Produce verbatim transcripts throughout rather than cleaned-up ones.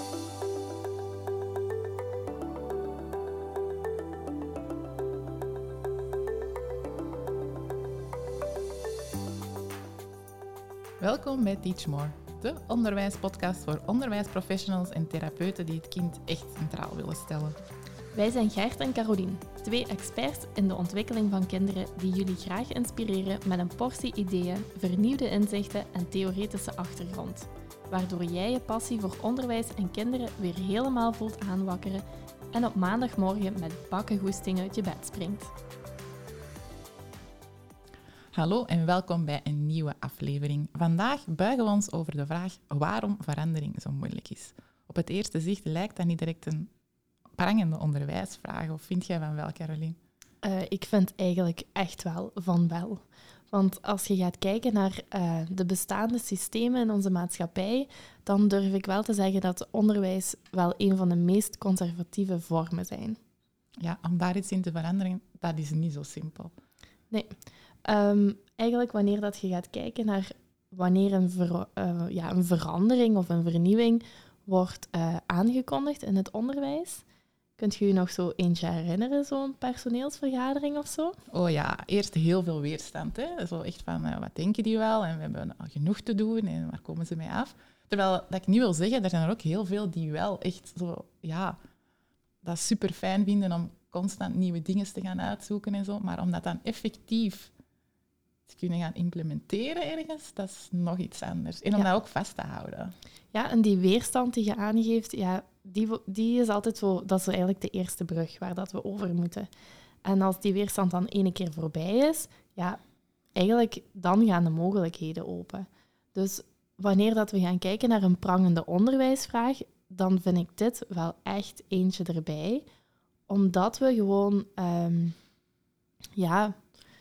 Welkom bij Teach More, de onderwijspodcast voor onderwijsprofessionals en therapeuten die het kind echt centraal willen stellen. Wij zijn Gert en Carolien, twee experts in de ontwikkeling van kinderen die jullie graag inspireren met een portie ideeën, vernieuwde inzichten en theoretische achtergrond. Waardoor jij je passie voor onderwijs en kinderen weer helemaal voelt aanwakkeren en op maandagmorgen met bakkengoesting uit je bed springt. Hallo en welkom bij een nieuwe aflevering. Vandaag buigen we ons over de vraag waarom verandering zo moeilijk is. Op het eerste zicht lijkt dat niet direct een prangende onderwijsvraag, of vind jij van wel, Carolien? Uh, ik vind eigenlijk echt wel van wel. Want als je gaat kijken naar uh, de bestaande systemen in onze maatschappij, dan durf ik wel te zeggen dat onderwijs wel een van de meest conservatieve vormen zijn. Ja, om daar iets in te veranderen, dat is niet zo simpel. Nee. Um, eigenlijk wanneer dat je gaat kijken naar wanneer een, ver, uh, ja, een verandering of een vernieuwing wordt uh, aangekondigd in het onderwijs. Kunt je je nog zo eentje herinneren, zo'n personeelsvergadering of zo? Oh ja, eerst heel veel weerstand. Hè? Zo echt van, uh, wat denken die wel? En we hebben al genoeg te doen en waar komen ze mee af? Terwijl, dat ik niet wil zeggen, er zijn er ook heel veel die wel echt zo, ja, dat super fijn vinden om constant nieuwe dingen te gaan uitzoeken en zo. Maar om dat dan effectief te kunnen gaan implementeren ergens, dat is nog iets anders. En om ja. dat ook vast te houden. Ja, en die weerstand die je aangeeft, ja, die, die is altijd zo, dat is eigenlijk de eerste brug waar dat we over moeten. En als die weerstand dan ene keer voorbij is, ja, eigenlijk dan gaan de mogelijkheden open. Dus wanneer dat we gaan kijken naar een prangende onderwijsvraag, dan vind ik dit wel echt eentje erbij. Omdat we gewoon, um, ja,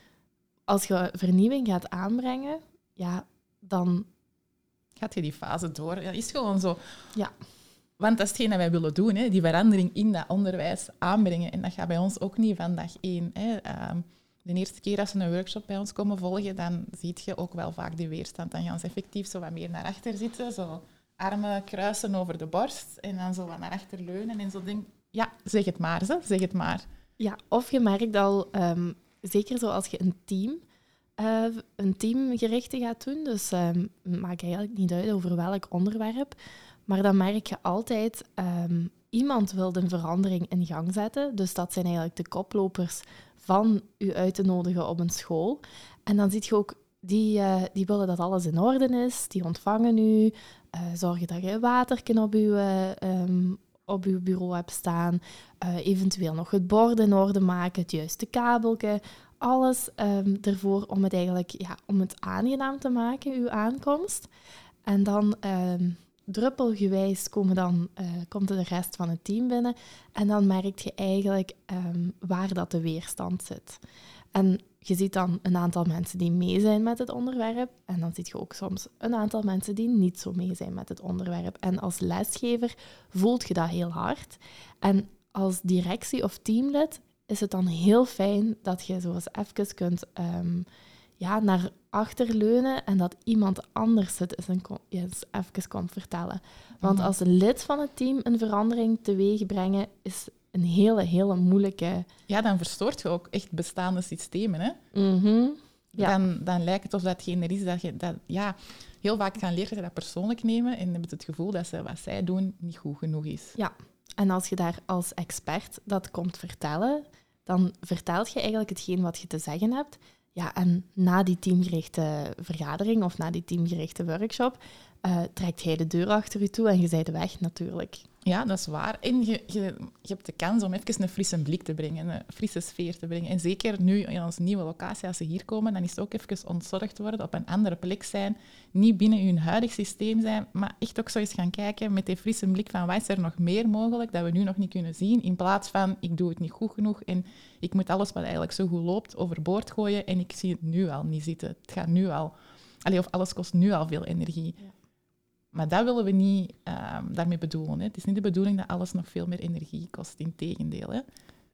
als je vernieuwing gaat aanbrengen, ja, dan gaat je die fase door. Dat is gewoon zo. Ja. Want dat is hetgeen dat wij willen doen, hè? Die verandering in dat onderwijs aanbrengen. En dat gaat bij ons ook niet van dag één. Hè? Uh, de eerste keer als ze een workshop bij ons komen volgen, dan zie je ook wel vaak die weerstand. Dan gaan ze effectief zo wat meer naar achter zitten, zo armen kruisen over de borst en dan zo wat naar achter leunen en zo denk ja, zeg het maar, ze, zeg het maar. Ja, of je merkt al, um, zeker zoals je een team... Uh, een teamgerichte gaat doen. Dus uh, maakt eigenlijk niet uit over welk onderwerp. Maar dan merk je altijd, um, iemand wil een verandering in gang zetten. Dus dat zijn eigenlijk de koplopers van u uit te nodigen op een school. En dan zie je ook, die, uh, die willen dat alles in orde is. Die ontvangen u. Uh, zorgen dat je waterken op uw, uh, um, op uw bureau hebt staan. Uh, eventueel nog het bord in orde maken, het juiste kabeltje. Alles um, ervoor om het eigenlijk ja, om het aangenaam te maken, uw aankomst. En dan um, druppelgewijs komen dan, uh, komt de rest van het team binnen. En dan merk je eigenlijk um, waar dat de weerstand zit. En je ziet dan een aantal mensen die mee zijn met het onderwerp. En dan zie je ook soms een aantal mensen die niet zo mee zijn met het onderwerp. En als lesgever voelt je dat heel hard. En als directie of teamlid is het dan heel fijn dat je zoals even kunt um, ja, naar achter leunen en dat iemand anders het eens, een, eens even komt vertellen. Want Mm-hmm. als lid van het team een verandering teweeg brengen, is een hele, hele moeilijke... Ja, dan verstoort je ook echt bestaande systemen, hè? Mm-hmm. Ja. Dan, dan lijkt het alsof datgene er is dat je... Dat, ja, heel vaak gaan leerlingen dat persoonlijk nemen en hebben het gevoel dat ze, wat zij doen niet goed genoeg is. Ja, en als je daar als expert dat komt vertellen, dan vertelt je eigenlijk hetgeen wat je te zeggen hebt. Ja, en na die teamgerichte vergadering of na die teamgerichte workshop uh, trekt hij de deur achter je toe en je bent weg natuurlijk. Ja, dat is waar. En je, je, je hebt de kans om even een frisse blik te brengen, een frisse sfeer te brengen. En zeker nu in onze nieuwe locatie, als ze hier komen, dan is het ook even ontzorgd worden, op een andere plek zijn, niet binnen hun huidig systeem zijn, maar echt ook zo eens gaan kijken met die frisse blik van wat is er nog meer mogelijk dat we nu nog niet kunnen zien, in plaats van ik doe het niet goed genoeg en ik moet alles wat eigenlijk zo goed loopt overboord gooien en ik zie het nu al niet zitten. Het gaat nu al... Allee, of alles kost nu al veel energie. Ja. Maar dat willen we niet uh, daarmee bedoelen. Hè. Het is niet de bedoeling dat alles nog veel meer energie kost, integendeel. Hè.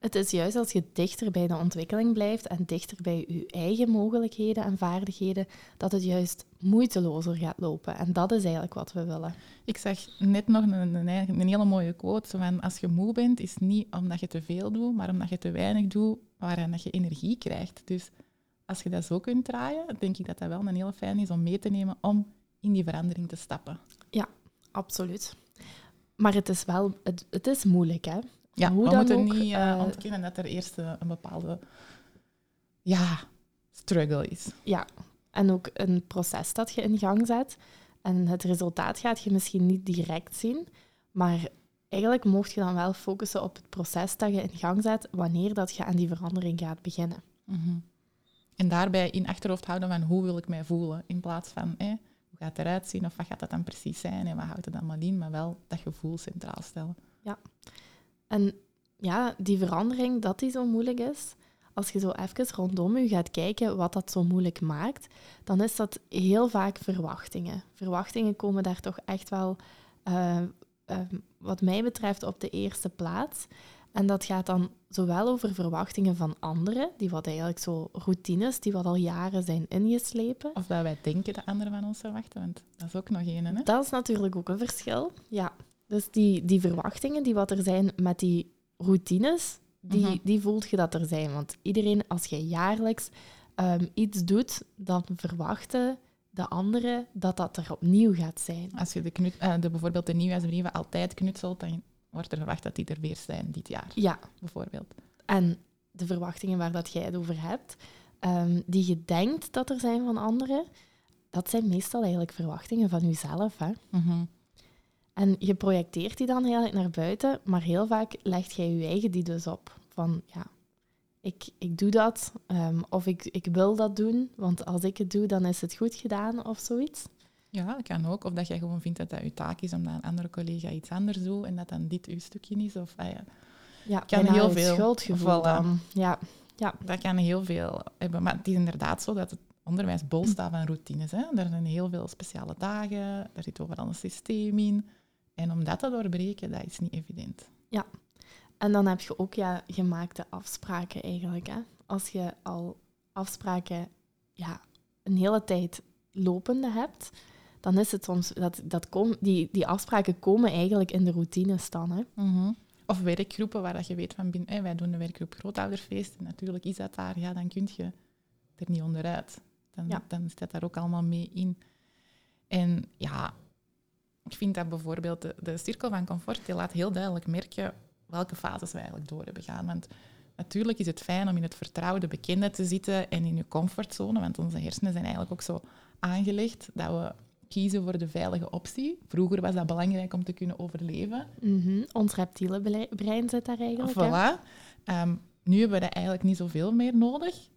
Het is juist als je dichter bij de ontwikkeling blijft en dichter bij je eigen mogelijkheden en vaardigheden, dat het juist moeitelozer gaat lopen. En dat is eigenlijk wat we willen. Ik zag net nog een, een, een hele mooie quote. Zo van, als je moe bent, is het niet omdat je te veel doet, maar omdat je te weinig doet, waaraan dat je energie krijgt. Dus als je dat zo kunt draaien, denk ik dat dat wel een hele fijn is om mee te nemen om in die verandering te stappen. Ja, absoluut. Maar het is wel, het, het is moeilijk, hè? Ja, Hoe we dan moeten ook, niet uh, uh, ontkennen dat er eerst uh, een bepaalde ja, struggle is. Ja, en ook een proces dat je in gang zet. En het resultaat gaat je misschien niet direct zien, maar eigenlijk mocht je dan wel focussen op het proces dat je in gang zet wanneer dat je aan die verandering gaat beginnen. Mm-hmm. En daarbij in achterhoofd houden van hoe wil ik mij voelen, in plaats van eh, hoe gaat het eruit zien of wat gaat dat dan precies zijn en wat houdt het dan maar in, maar wel dat gevoel centraal stellen. Ja. En ja, die verandering, dat die zo moeilijk is, als je zo even rondom je gaat kijken wat dat zo moeilijk maakt, dan is dat heel vaak verwachtingen. Verwachtingen komen daar toch echt wel, uh, uh, wat mij betreft, op de eerste plaats. En dat gaat dan zowel over verwachtingen van anderen, die wat eigenlijk zo routines, die wat al jaren zijn ingeslepen. Of dat wij denken dat anderen van ons verwachten, want dat is ook nog een, hè? Dat is natuurlijk ook een verschil, ja. Dus die, die verwachtingen die wat er zijn met die routines, die, mm-hmm. die voelt je dat er zijn. Want iedereen, als je jaarlijks um, iets doet, dan verwachten de anderen dat dat er opnieuw gaat zijn. Als je de, knut, uh, de, bijvoorbeeld de nieuwjaarsbrieven altijd knutselt, dan wordt er verwacht dat die er weer zijn dit jaar. Ja. Bijvoorbeeld. En de verwachtingen waar dat jij het over hebt, um, die je denkt dat er zijn van anderen, dat zijn meestal eigenlijk verwachtingen van jezelf, hè. Mm-hmm. En je projecteert die dan eigenlijk naar buiten, maar heel vaak legt jij je eigen die dus op. Van, ja, ik, ik doe dat, um, of ik, ik wil dat doen, want als ik het doe, dan is het goed gedaan, of zoiets. Ja, dat kan ook. Of dat jij gewoon vindt dat dat je taak is, omdat een andere collega iets anders doet, en dat dan dit je stukje is. Of, ah ja, ja, kan heel veel schuldgevoel dan. Ja, ja. Dat kan heel veel hebben. Maar het is inderdaad zo dat het onderwijs bol staat van routines. Hè. Er zijn heel veel speciale dagen, daar zit overal een systeem in. En om dat te doorbreken, dat is niet evident. Ja, en dan heb je ook ja, gemaakte afspraken eigenlijk. Hè? Als je al afspraken ja, een hele tijd lopende hebt, dan is het soms dat, dat kom, die, die afspraken komen eigenlijk in de routine staan. Hè? Mm-hmm. Of werkgroepen waar dat je weet van binnen, hey, wij doen de werkgroep grootouderfeest en natuurlijk is dat daar, ja, dan kun je er niet onderuit. Dan, ja. dan zit dat daar ook allemaal mee in. En ja, ik vind dat bijvoorbeeld de, de cirkel van comfort, die laat heel duidelijk merken welke fases we eigenlijk door hebben gaan. Want natuurlijk is het fijn om in het vertrouwde bekende te zitten en in je comfortzone, want onze hersenen zijn eigenlijk ook zo aangelegd dat we kiezen voor de veilige optie. Vroeger was dat belangrijk om te kunnen overleven. Mm-hmm. Ons reptiele brein zit daar eigenlijk. Voilà. Um, nu hebben we dat eigenlijk niet zoveel meer nodig.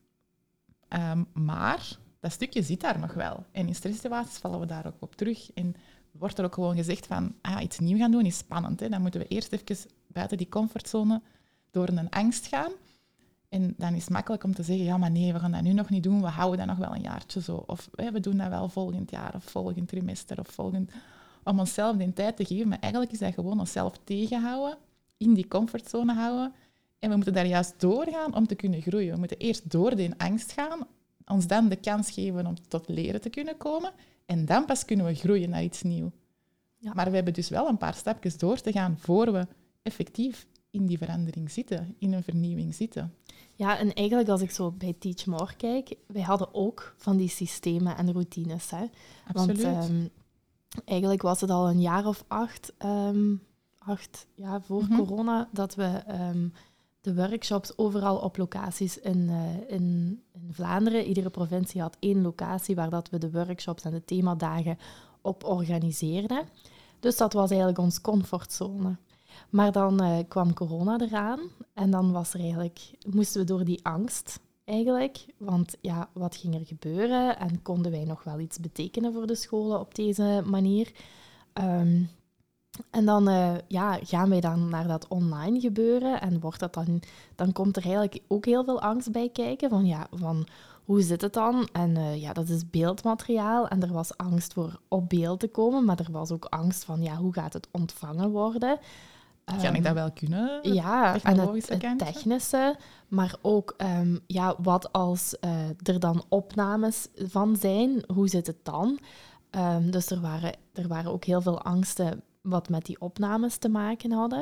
Um, maar dat stukje zit daar nog wel. En in stresssituaties vallen we daar ook op terug. En wordt er ook gewoon gezegd van, ah, iets nieuw gaan doen is spannend. Hè? Dan moeten we eerst even buiten die comfortzone door een angst gaan. En dan is het makkelijk om te zeggen, ja, maar nee, we gaan dat nu nog niet doen. We houden dat nog wel een jaartje zo. Of hè, we doen dat wel volgend jaar of volgend trimester. Of volgend... Om onszelf de tijd te geven. Maar eigenlijk is dat gewoon onszelf tegenhouden, in die comfortzone houden. En we moeten daar juist doorgaan om te kunnen groeien. We moeten eerst door die angst gaan, ons dan de kans geven om tot leren te kunnen komen. En dan pas kunnen we groeien naar iets nieuws. Ja. Maar we hebben dus wel een paar stapjes door te gaan voor we effectief in die verandering zitten, in een vernieuwing zitten. Ja, en eigenlijk als ik zo bij Teach More kijk, wij hadden ook van die systemen en routines. Hè? Absoluut. Want um, eigenlijk was het al een jaar of acht, um, acht ja, voor mm-hmm. corona, dat we um, de workshops overal op locaties in, uh, in, in Vlaanderen, iedere provincie had één locatie waar dat we de workshops en de themadagen op organiseerden. Dus dat was eigenlijk ons comfortzone. Maar dan uh, kwam corona eraan en dan was er eigenlijk, moesten we door die angst eigenlijk. Want ja, wat ging er gebeuren en konden wij nog wel iets betekenen voor de scholen op deze manier? Um, en dan uh, ja, gaan wij dan naar dat online gebeuren en wordt dat dan, dan komt er eigenlijk ook heel veel angst bij kijken. Van ja, van hoe zit het dan? En uh, ja, dat is beeldmateriaal en er was angst voor op beeld te komen, maar er was ook angst van ja, hoe gaat het ontvangen worden? Kan ik dat wel kunnen? Ja, en het, Technologische het kantje? technische, maar ook um, ja, wat als uh, er dan opnames van zijn, hoe zit het dan? Um, dus er waren, er waren ook heel veel angsten wat met die opnames te maken hadden.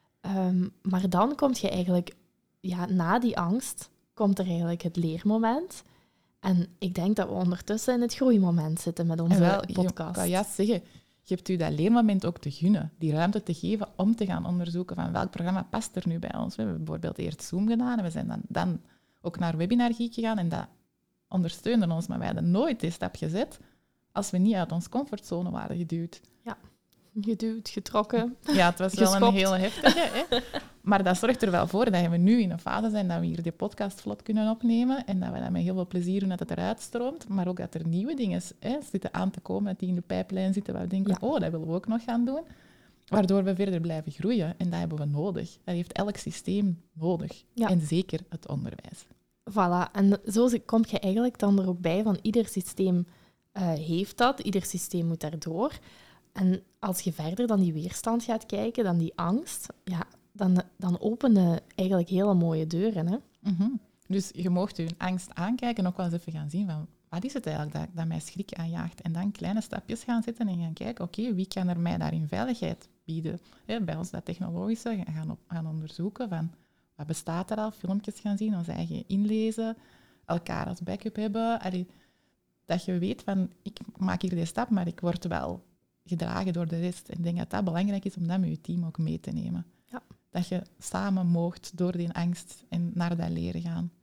Um, maar dan komt je eigenlijk, ja, na die angst, komt er eigenlijk het leermoment. En ik denk dat we ondertussen in het groeimoment zitten met onze wel, podcast. Ik kan juist zeggen, je hebt u dat leermoment ook te gunnen, die ruimte te geven om te gaan onderzoeken van welk programma past er nu bij ons. We hebben bijvoorbeeld eerst Zoom gedaan en we zijn dan, dan ook naar Webinar Geek gegaan en dat ondersteunde ons, maar wij hadden nooit die stap gezet als we niet uit onze comfortzone waren geduwd. Ja, geduwd, getrokken. Ja, het was Geschopt. wel een hele heftige. Hè? Maar dat zorgt er wel voor dat we nu in een fase zijn dat we hier de podcast vlot kunnen opnemen en dat we dat met heel veel plezier doen dat het eruit stroomt, maar ook dat er nieuwe dingen hè, zitten aan te komen, dat die in de pijplijn zitten, waar we denken, ja. oh, dat willen we ook nog gaan doen. Waardoor we verder blijven groeien. En dat hebben we nodig. Dat heeft elk systeem nodig. Ja. En zeker het onderwijs. Voilà. En zo kom je eigenlijk dan er ook bij van ieder systeem uh, heeft dat, ieder systeem moet daardoor. En als je verder dan die weerstand gaat kijken, dan die angst, ja, dan, dan openen eigenlijk hele mooie deuren. Hè? Mm-hmm. Dus je mocht je angst aankijken en ook wel eens even gaan zien van wat is het eigenlijk dat, dat mij schrik aanjaagt. En dan kleine stapjes gaan zetten en gaan kijken, oké, okay, wie kan er mij daarin veiligheid bieden? Hè, bij ons dat technologische gaan, op, gaan onderzoeken van wat bestaat er al, filmpjes gaan zien, ons eigen inlezen, elkaar als backup hebben. Allee, dat je weet van, ik maak hier die stap, maar ik word wel gedragen door de rest. En ik denk dat dat belangrijk is om dat met je team ook mee te nemen. Ja. Dat je samen moogt door die angst en naar dat leren gaan.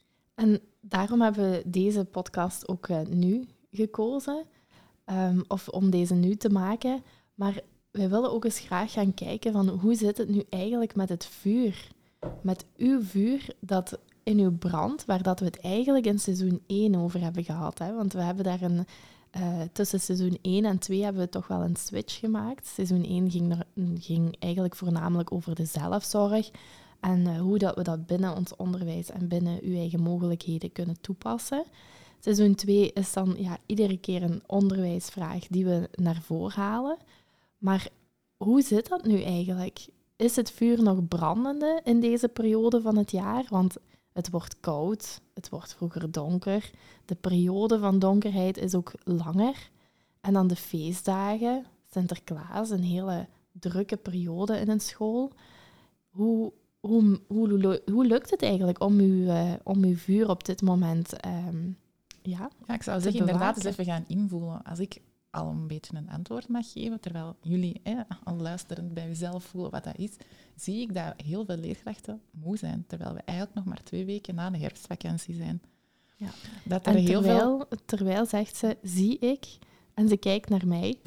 En daarom hebben we deze podcast ook uh, nu gekozen, um, of om deze nu te maken. Maar wij willen ook eens graag gaan kijken van hoe zit het nu eigenlijk met het vuur? Met uw vuur dat in uw brand, waar dat we het eigenlijk in seizoen één over hebben gehad. Hè? Want we hebben daar een... Uh, tussen seizoen één en twee hebben we toch wel een switch gemaakt. Seizoen één ging, er, ging eigenlijk voornamelijk over de zelfzorg en uh, hoe dat we dat binnen ons onderwijs en binnen uw eigen mogelijkheden kunnen toepassen. Seizoen twee is dan ja, iedere keer een onderwijsvraag die we naar voren halen. Maar hoe zit dat nu eigenlijk? Is het vuur nog brandende in deze periode van het jaar? Want het wordt koud, het wordt vroeger donker. De periode van donkerheid is ook langer. En dan de feestdagen, Sinterklaas, een hele drukke periode in een school. Hoe, hoe, hoe, hoe lukt het eigenlijk om uw, uh, om uw vuur op dit moment um, ja, ja, ik zou zeggen, inderdaad eens even gaan invoelen. Als ik al een beetje een antwoord mag geven, terwijl jullie hè, al luisterend bij jezelf voelen wat dat is, zie ik dat heel veel leerkrachten moe zijn, terwijl we eigenlijk nog maar twee weken na de herfstvakantie zijn. Ja. Dat er en heel terwijl, veel... terwijl zegt ze, zie ik, en ze kijkt naar mij.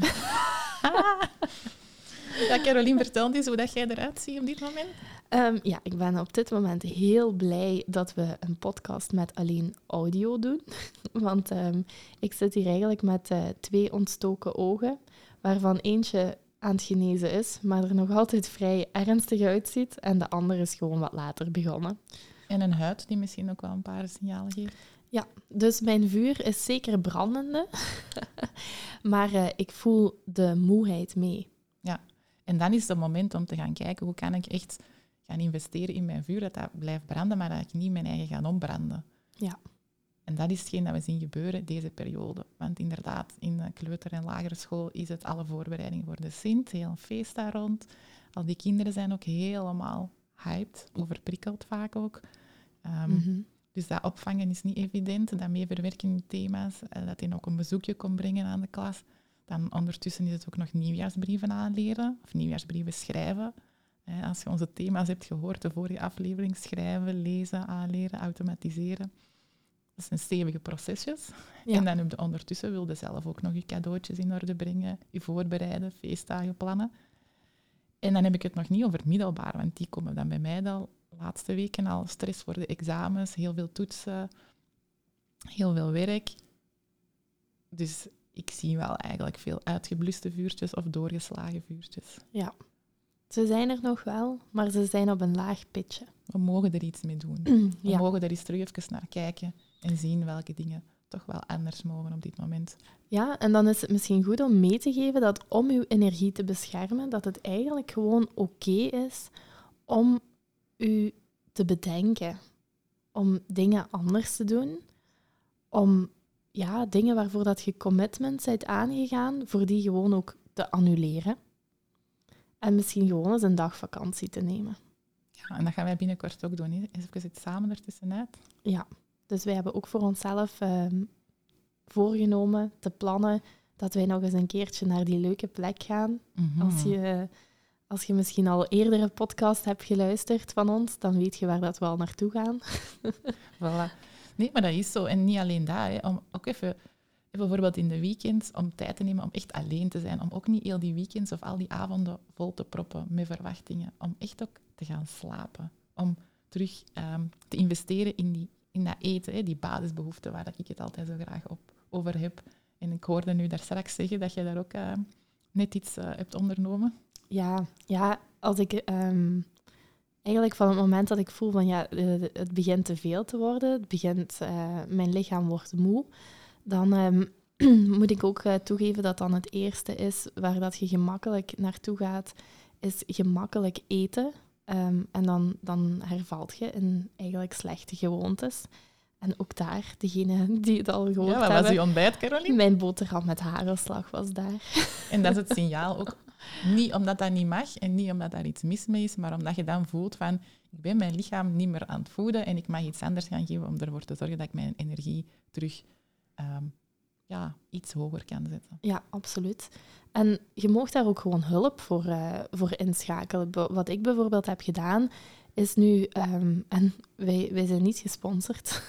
Ja, Carolien, vertel eens hoe dat jij eruit ziet op dit moment. Um, ja, ik ben op dit moment heel blij dat we een podcast met alleen audio doen. Want um, ik zit hier eigenlijk met uh, twee ontstoken ogen, waarvan eentje aan het genezen is, maar er nog altijd vrij ernstig uitziet. En de andere is gewoon wat later begonnen. En een huid die misschien ook wel een paar signalen geeft. Ja, dus mijn vuur is zeker brandende. Maar uh, ik voel de moeheid mee. Ja, en dan is het moment om te gaan kijken hoe kan ik echt gaan investeren in mijn vuur, dat dat blijft branden, maar dat ik niet mijn eigen ga opbranden. Ja. En dat is hetgeen dat we zien gebeuren deze periode. Want inderdaad, in de kleuter- en lagere school is het alle voorbereiding voor de Sint, heel een feest daar rond. Al die kinderen zijn ook helemaal hyped, overprikkeld vaak ook. Um, mm-hmm. Dus dat opvangen is niet evident, dat meeverwerken in thema's, dat hij ook een bezoekje kon brengen aan de klas. Dan ondertussen is het ook nog nieuwjaarsbrieven aanleren, of nieuwjaarsbrieven schrijven. Als je onze thema's hebt gehoord, de vorige aflevering, schrijven, lezen, aanleren, automatiseren. Dat zijn stevige procesjes. Ja. En dan heb je ondertussen wilde zelf ook nog je cadeautjes in orde brengen, je voorbereiden, feestdagen plannen. En dan heb ik het nog niet over het middelbaar, want die komen dan bij mij al de laatste weken al. Stress voor de examens, heel veel toetsen, heel veel werk. Dus ik zie wel eigenlijk veel uitgebluste vuurtjes of doorgeslagen vuurtjes. Ja, ze zijn er nog wel, maar ze zijn op een laag pitje. We mogen er iets mee doen. We ja. mogen er eens terug even naar kijken en zien welke dingen toch wel anders mogen op dit moment. Ja, en dan is het misschien goed om mee te geven dat om uw energie te beschermen, dat het eigenlijk gewoon oké is om u te bedenken. Om dingen anders te doen. Om ja, dingen waarvoor dat je commitment bent aangegaan, voor die gewoon ook te annuleren. En misschien gewoon eens een dag vakantie te nemen. Ja, en dat gaan wij binnenkort ook doen. Hè? Even iets samen ertussenuit. Ja, dus wij hebben ook voor onszelf um, voorgenomen te plannen dat wij nog eens een keertje naar die leuke plek gaan. Mm-hmm. Als je, als je misschien al eerdere podcast hebt geluisterd van ons, dan weet je waar dat we al naartoe gaan. Voilà. Nee, maar dat is zo. En niet alleen dat. Hè. Om ook even, bijvoorbeeld in de weekends, om tijd te nemen om echt alleen te zijn. Om ook niet heel die weekends of al die avonden vol te proppen met verwachtingen. Om echt ook te gaan slapen. Om terug um, te investeren in, die, in dat eten, hè, die basisbehoeften waar ik het altijd zo graag op, over heb. En ik hoorde nu daar straks zeggen dat je daar ook uh, net iets uh, hebt ondernomen. Ja, ja als ik... Um, eigenlijk van het moment dat ik voel van ja, het begint te veel te worden, het begint, uh, mijn lichaam wordt moe, dan um, moet ik ook uh, toegeven dat dan het eerste is waar dat je gemakkelijk naartoe gaat, is gemakkelijk eten. Um, en dan, dan hervalt je in eigenlijk slechte gewoontes. En ook daar, degene die het al gehoord ja, wat hebben... was je ontbijt, Caroline? Mijn boterham met hagelslag was daar. En dat is het signaal ook. Niet omdat dat niet mag en niet omdat daar iets mis mee is, maar omdat je dan voelt van, ik ben mijn lichaam niet meer aan het voeden en ik mag iets anders gaan geven om ervoor te zorgen dat ik mijn energie terug um, ja, iets hoger kan zetten. Ja, absoluut. En je mag daar ook gewoon hulp voor, uh, voor inschakelen. Be- wat ik bijvoorbeeld heb gedaan, is nu... Um, en wij, wij zijn niet gesponsord.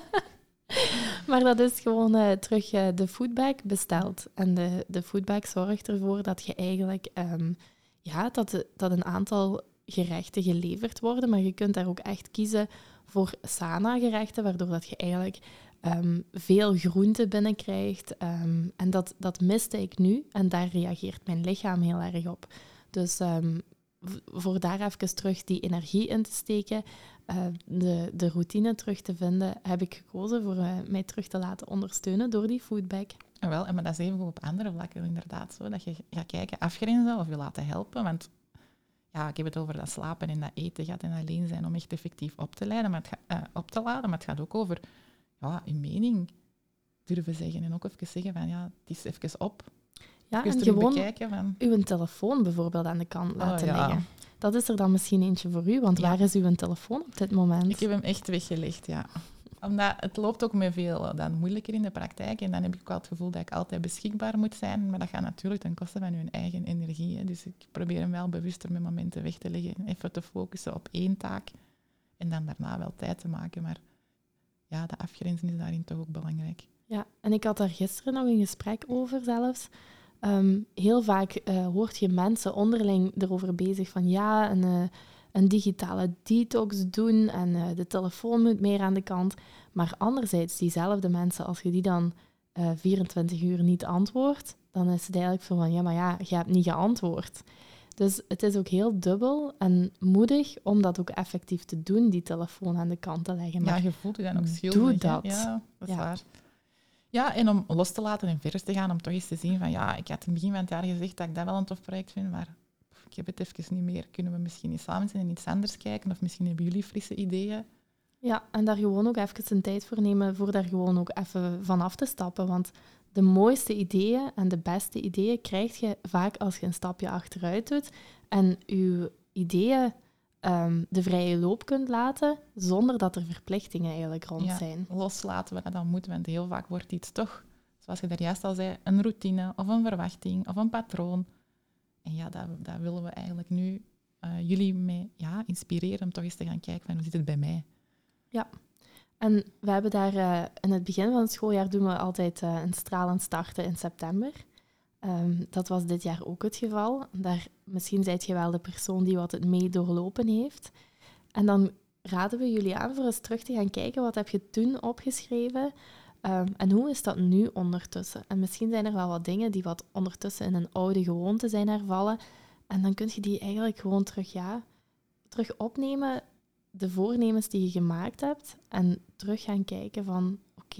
Maar dat is gewoon uh, terug uh, de foodbag besteld. En de, de foodbag zorgt ervoor dat je eigenlijk... Um, ja, dat, dat een aantal gerechten geleverd worden, maar je kunt daar ook echt kiezen voor Sana-gerechten, waardoor dat je eigenlijk um, veel groente binnenkrijgt. Um, en dat, dat miste ik nu en daar reageert mijn lichaam heel erg op. Dus um, v- voor daar even terug die energie in te steken, uh, de, de routine terug te vinden, heb ik gekozen voor uh, mij terug te laten ondersteunen door die foodbag. En wel, en maar dat is even op andere vlakken inderdaad zo, dat je gaat kijken, afgrenzen of je laten helpen, want ja, ik heb het over dat slapen en dat eten gaat en alleen zijn om echt effectief op te, leiden, maar het ga, uh, op te laden. Maar het gaat ook over ja, je mening durven zeggen. En ook even zeggen van ja, het is even op. Ja, en gewoon bekijken van... uw telefoon bijvoorbeeld aan de kant laten oh, ja. liggen. Dat is er dan misschien eentje voor u, want ja. Waar is uw telefoon op dit moment? Ik heb hem echt weggelegd, ja. Omdat het loopt ook met veel dan moeilijker in de praktijk. En dan heb ik ook wel het gevoel dat ik altijd beschikbaar moet zijn. Maar dat gaat natuurlijk ten koste van uw eigen energie. Hè. Dus ik probeer hem wel bewuster met momenten weg te leggen. Even te focussen op één taak. En dan daarna wel tijd te maken. Maar ja, de afgrenzen is daarin toch ook belangrijk. Ja, en ik had daar gisteren nog een gesprek over zelfs. Um, heel vaak uh, hoort je mensen onderling erover bezig van ja, een, uh, een digitale detox doen en uh, de telefoon moet meer aan de kant. Maar anderzijds, diezelfde mensen, als je die dan uh, vierentwintig uur niet antwoordt, dan is het eigenlijk zo van ja, maar ja, je hebt niet geantwoord. Dus het is ook heel dubbel en moedig om dat ook effectief te doen, die telefoon aan de kant te leggen. Maar ja, je voelt je dan ook schuldig. doe dat. Ja, dat is ja. waar. Ja, en om los te laten en verder te gaan, om toch eens te zien van ja, ik had in het begin van het jaar gezegd dat ik dat wel een tof project vind, maar ik heb het even niet meer. Kunnen we misschien eens samen zijn en iets anders kijken? Of misschien hebben jullie frisse ideeën? Ja, en daar gewoon ook even een tijd voor nemen voor daar gewoon ook even van af te stappen. Want de mooiste ideeën en de beste ideeën krijg je vaak als je een stapje achteruit doet en je ideeën um, de vrije loop kunt laten zonder dat er verplichtingen eigenlijk rond ja, zijn. Loslaten we dat dan moeten, want heel vaak wordt iets toch, zoals je daar juist al zei, een routine of een verwachting of een patroon. En ja, daar, daar willen we eigenlijk nu uh, jullie mee ja, inspireren om toch eens te gaan kijken van hoe zit het bij mij. Ja, en we hebben daar uh, in het begin van het schooljaar doen we altijd uh, een stralend starten in september. Um, dat was dit jaar ook het geval. Daar, misschien zijt je wel de persoon die wat het mee doorlopen heeft. En dan raden we jullie aan voor eens terug te gaan kijken wat heb je toen opgeschreven um, en hoe is dat nu ondertussen. En misschien zijn er wel wat dingen die wat ondertussen in een oude gewoonte zijn hervallen. En dan kun je die eigenlijk gewoon terug, ja, terug opnemen, de voornemens die je gemaakt hebt, en terug gaan kijken van oké. Okay,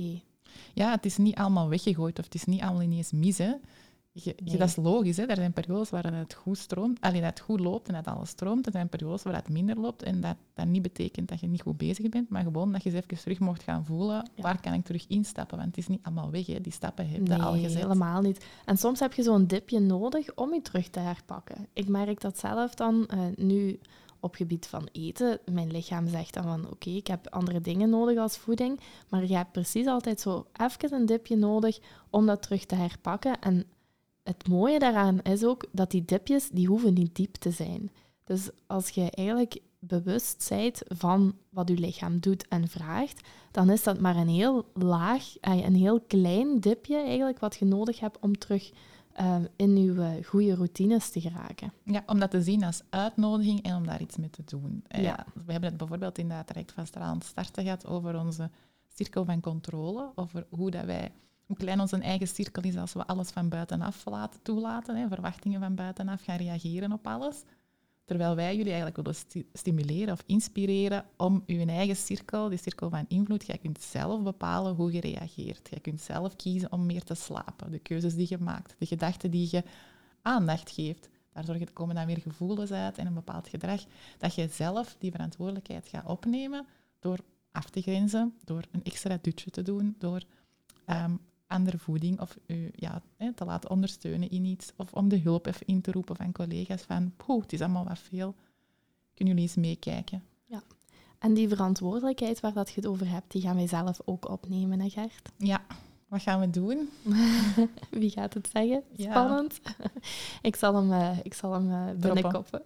Ja, het is niet allemaal weggegooid of het is niet allemaal ineens mis. Hè. Je, Nee. je, dat is logisch. Hè. Er zijn periodes waar het goed stroomt, alleen dat het goed loopt en dat alles stroomt. Er zijn periodes waar het minder loopt en dat, dat niet betekent dat je niet goed bezig bent, maar gewoon dat je eens even terug mocht gaan voelen, Ja. waar kan ik terug instappen? Want het is niet allemaal weg, hè. Die stappen heb je Nee, al gezet. helemaal niet. En soms heb je zo'n dipje nodig om je terug te herpakken. Ik merk dat zelf dan uh, nu op gebied van eten. Mijn lichaam zegt dan van oké, okay, ik heb andere dingen nodig als voeding, maar je hebt precies altijd zo even een dipje nodig om dat terug te herpakken. En het mooie daaraan is ook dat die dipjes, die hoeven niet diep te zijn. Dus als je eigenlijk bewust bent van wat je lichaam doet en vraagt, dan is dat maar een heel laag, een heel klein dipje eigenlijk wat je nodig hebt om terug uh, in je uh, goede routines te geraken. Ja, om dat te zien als uitnodiging en om daar iets mee te doen. Ja. Ja, we hebben het bijvoorbeeld in dat traject van Stralend Starten gehad over onze cirkel van controle, over hoe dat wij... hoe klein onze eigen cirkel is als we alles van buitenaf laten toelaten, hè, verwachtingen van buitenaf, gaan reageren op alles. Terwijl wij jullie eigenlijk willen sti- stimuleren of inspireren om je eigen cirkel, die cirkel van invloed, jij kunt zelf bepalen hoe je reageert. Jij kunt zelf kiezen om meer te slapen. De keuzes die je maakt, de gedachten die je aandacht geeft. Daar zorgen, komen dan weer gevoelens uit en een bepaald gedrag. Dat je zelf die verantwoordelijkheid gaat opnemen door af te grenzen, door een extra dutje te doen, door... Um, andere voeding of u ja, te laten ondersteunen in iets. Of om de hulp even in te roepen van collega's van poeh, het is allemaal wat veel. Kunnen jullie eens meekijken? Ja. En die verantwoordelijkheid waar dat je het over hebt, die gaan wij zelf ook opnemen, hè Gert? Ja, wat gaan we doen? Wie gaat het zeggen? Ja. Spannend. ik zal hem, uh, ik zal hem uh, binnenkoppen.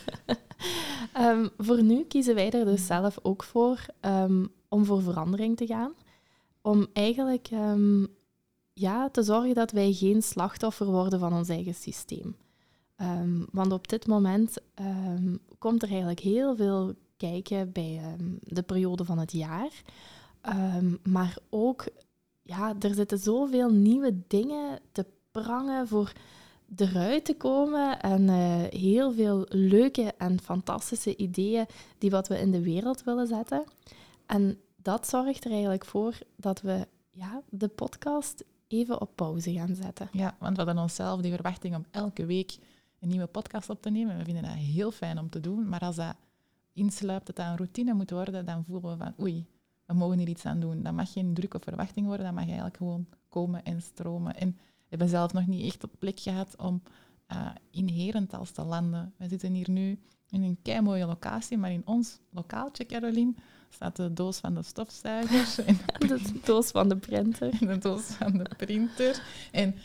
um, voor nu kiezen wij er dus zelf ook voor um, om voor verandering te gaan. Om eigenlijk... Um, Ja, te zorgen dat wij geen slachtoffer worden van ons eigen systeem. Um, want op dit moment um, komt er eigenlijk heel veel kijken bij um, de periode van het jaar. Um, maar ook, ja, er zitten zoveel nieuwe dingen te prangen voor eruit te komen. En uh, heel veel leuke en fantastische ideeën die wat we in de wereld willen zetten. En dat zorgt er eigenlijk voor dat we ja, de podcast... even op pauze gaan zetten. Ja, want we hadden onszelf die verwachting om elke week een nieuwe podcast op te nemen. We vinden dat heel fijn om te doen, maar als dat insluipt, dat dat een routine moet worden, dan voelen we van oei, we mogen hier iets aan doen. Dat mag geen druk of verwachting worden, dat mag eigenlijk gewoon komen en stromen. En we hebben zelf nog niet echt op plek gehad om uh, in Herentals te landen. We zitten hier nu in een keimooie locatie, maar in ons lokaaltje, Caroline, staat de doos van de stofzuiger. En de doos van de printer. De doos van de printer. En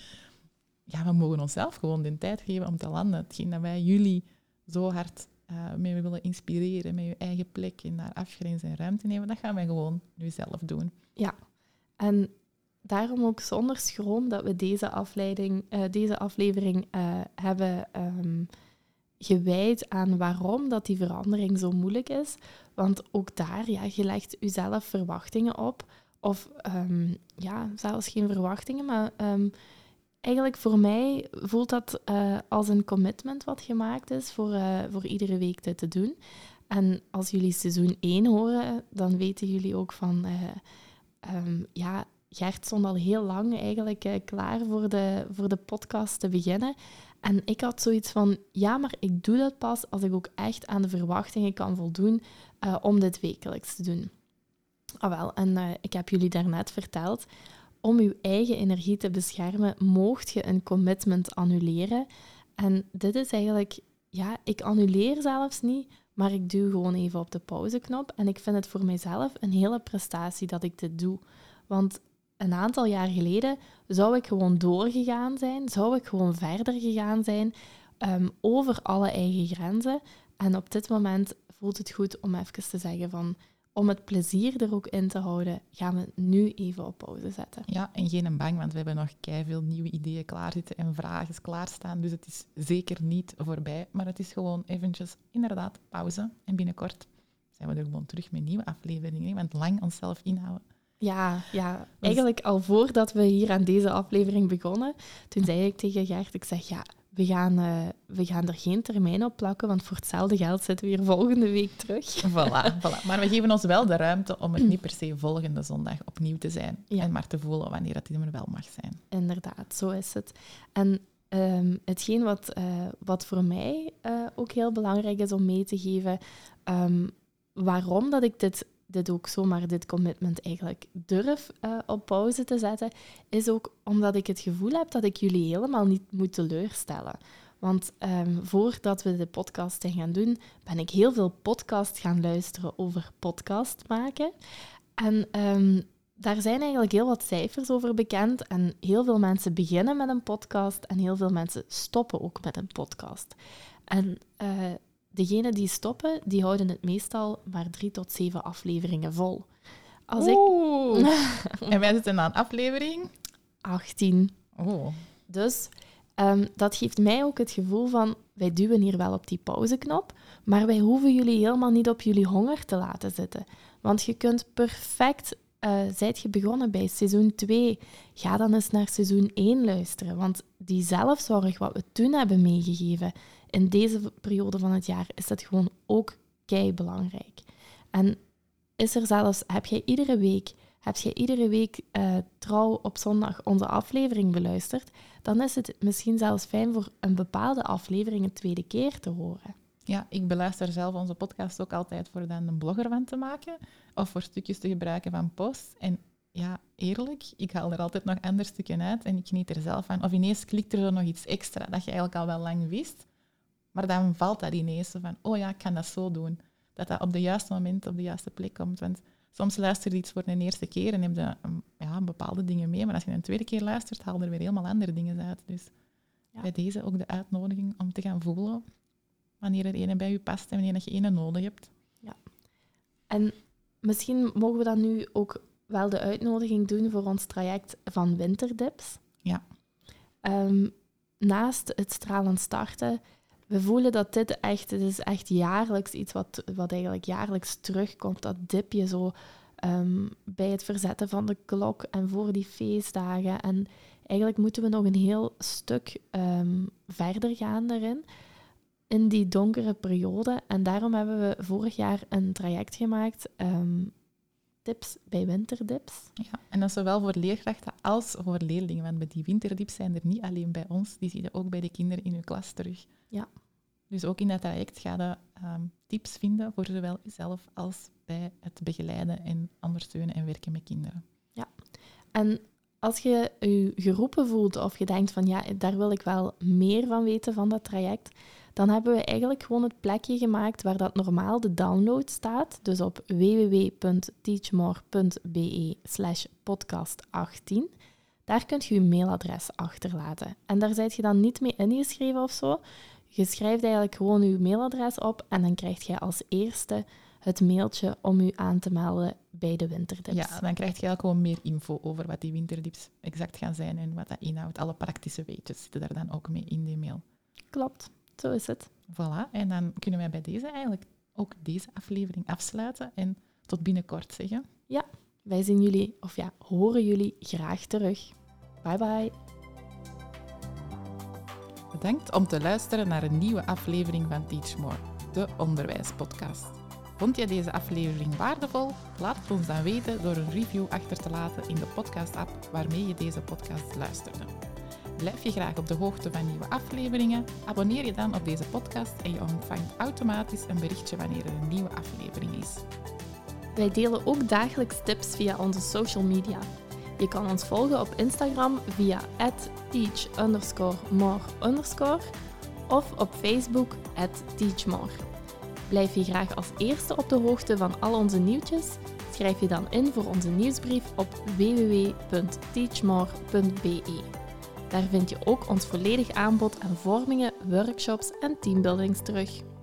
ja, we mogen onszelf gewoon de tijd geven om te landen. Hetgeen dat wij jullie zo hard uh, mee willen inspireren, met je eigen plek en daar afgrenzen en ruimte nemen, dat gaan wij gewoon nu zelf doen. Ja, en daarom ook zonder schroom dat we deze, afleiding, uh, deze aflevering uh, hebben... Um, gewijd aan waarom dat die verandering zo moeilijk is. Want ook daar, ja, je legt jezelf verwachtingen op. Of um, ja, zelfs geen verwachtingen, maar um, eigenlijk voor mij voelt dat uh, als een commitment wat gemaakt is voor, uh, voor iedere week dit te doen. En als jullie seizoen één horen, dan weten jullie ook van... Uh, um, ja, Gert stond al heel lang eigenlijk uh, klaar voor de, voor de podcast te beginnen. En ik had zoiets van, ja, maar ik doe dat pas als ik ook echt aan de verwachtingen kan voldoen uh, om dit wekelijks te doen. Ah wel, en uh, ik heb jullie daarnet verteld, om je eigen energie te beschermen, moogt je een commitment annuleren. En dit is eigenlijk, ja, ik annuleer zelfs niet, maar ik duw gewoon even op de pauzeknop. En ik vind het voor mijzelf een hele prestatie dat ik dit doe. Want een aantal jaar geleden zou ik gewoon doorgegaan zijn, zou ik gewoon verder gegaan zijn um, over alle eigen grenzen. En op dit moment voelt het goed om even te zeggen van, om het plezier er ook in te houden, gaan we nu even op pauze zetten. Ja, en geen bang, want we hebben nog keiveel nieuwe ideeën klaarzitten en vragen klaarstaan. Dus het is zeker niet voorbij, maar het is gewoon eventjes inderdaad pauze. En binnenkort zijn we er gewoon terug met nieuwe afleveringen, want lang onszelf inhouden. Ja, ja, eigenlijk al voordat we hier aan deze aflevering begonnen, toen zei ik tegen Gert, ik zeg, ja, we gaan, uh, we gaan er geen termijn op plakken, want voor hetzelfde geld zitten we hier volgende week terug. Voilà, voilà. Maar we geven ons wel de ruimte om het niet per se volgende zondag opnieuw te zijn. Ja. En maar te voelen wanneer het er wel mag zijn. Inderdaad, zo is het. En um, hetgeen wat, uh, wat voor mij uh, ook heel belangrijk is om mee te geven, um, waarom dat ik dit, dit ook zomaar, dit commitment eigenlijk durf uh, op pauze te zetten, is ook omdat ik het gevoel heb dat ik jullie helemaal niet moet teleurstellen. Want um, voordat we de podcast gaan doen, ben ik heel veel podcasts gaan luisteren over podcast maken. En um, daar zijn eigenlijk heel wat cijfers over bekend. En heel veel mensen beginnen met een podcast en heel veel mensen stoppen ook met een podcast. En uh, degenen die stoppen, die houden het meestal maar drie tot zeven afleveringen vol. Als Oeh. Ik... en wij zitten aan aflevering? achttien. Oh. Dus um, dat geeft mij ook het gevoel van, wij duwen hier wel op die pauzeknop, maar wij hoeven jullie helemaal niet op jullie honger te laten zitten. Want je kunt perfect, uh, zijt je begonnen bij seizoen twee, ga dan eens naar seizoen één luisteren. Want die zelfzorg wat we toen hebben meegegeven, in deze periode van het jaar, is dat gewoon ook keibelangrijk. En is er zelfs, heb jij iedere week, heb jij iedere week uh, trouw op zondag onze aflevering beluisterd, dan is het misschien zelfs fijn voor een bepaalde aflevering een tweede keer te horen. Ja, ik beluister zelf onze podcast ook altijd voor dan een blogger van te maken of voor stukjes te gebruiken van posts. En ja, eerlijk, ik haal er altijd nog ander stukken uit en ik geniet er zelf van. Of ineens klikt er zo nog iets extra dat je eigenlijk al wel lang wist, maar dan valt dat ineens van, oh ja, ik kan dat zo doen. Dat dat op de juiste moment op de juiste plek komt. Want soms luister je iets voor een eerste keer en heb je um, ja, bepaalde dingen mee, maar als je een tweede keer luistert, haal je er weer helemaal andere dingen uit. Dus ja. Bij deze ook de uitnodiging om te gaan voelen wanneer er ene bij je past en wanneer je ene nodig hebt. Ja. En misschien mogen we dan nu ook wel de uitnodiging doen voor ons traject van Winterdips. Ja. Um, naast het stralend starten, we voelen dat dit echt, het is echt jaarlijks iets wat, wat eigenlijk jaarlijks terugkomt. Dat dipje zo um, bij het verzetten van de klok en voor die feestdagen. En eigenlijk moeten we nog een heel stuk um, verder gaan daarin, in die donkere periode. En daarom hebben we vorig jaar een traject gemaakt, um, Tips bij Winterdips. Ja, en dat is zowel voor leerkrachten als voor leerlingen. Want bij die winterdips zijn er niet alleen bij ons, die zie je ook bij de kinderen in uw klas terug. Ja. Dus ook in dat traject ga je um, tips vinden voor zowel jezelf als bij het begeleiden en ondersteunen en werken met kinderen. Ja, en als je je geroepen voelt of je denkt van ja, daar wil ik wel meer van weten van dat traject, dan hebben we eigenlijk gewoon het plekje gemaakt waar dat normaal de download staat. Dus op w w w punt teachmore punt b e slash podcast achttien. Daar kunt je je mailadres achterlaten. En daar zijt je dan niet mee ingeschreven of zo. Je schrijft eigenlijk gewoon je mailadres op en dan krijg je als eerste het mailtje om je aan te melden bij de Winterdips. Ja, dan krijg je eigenlijk gewoon meer info over wat die Winterdips exact gaan zijn en wat dat inhoudt. Alle praktische weetjes zitten daar dan ook mee in die mail. Klopt, zo is het. Voilà, en dan kunnen wij bij deze eigenlijk ook deze aflevering afsluiten en tot binnenkort zeggen. Ja, wij zien jullie, of ja, horen jullie graag terug. Bye bye. Bedankt om te luisteren naar een nieuwe aflevering van Teach More, de onderwijspodcast. Vond je deze aflevering waardevol? Laat het ons dan weten door een review achter te laten in de podcast-app waarmee je deze podcast luisterde. Blijf je graag op de hoogte van nieuwe afleveringen? Abonneer je dan op deze podcast en je ontvangt automatisch een berichtje wanneer er een nieuwe aflevering is. Wij delen ook dagelijks tips via onze social media. Je kan ons volgen op Instagram via at teach underscore more underscore of op Facebook at teachmore. Blijf je graag als eerste op de hoogte van al onze nieuwtjes? Schrijf je dan in voor onze nieuwsbrief op w w w punt teachmore punt b e. Daar vind je ook ons volledig aanbod aan vormingen, workshops en teambuildings terug.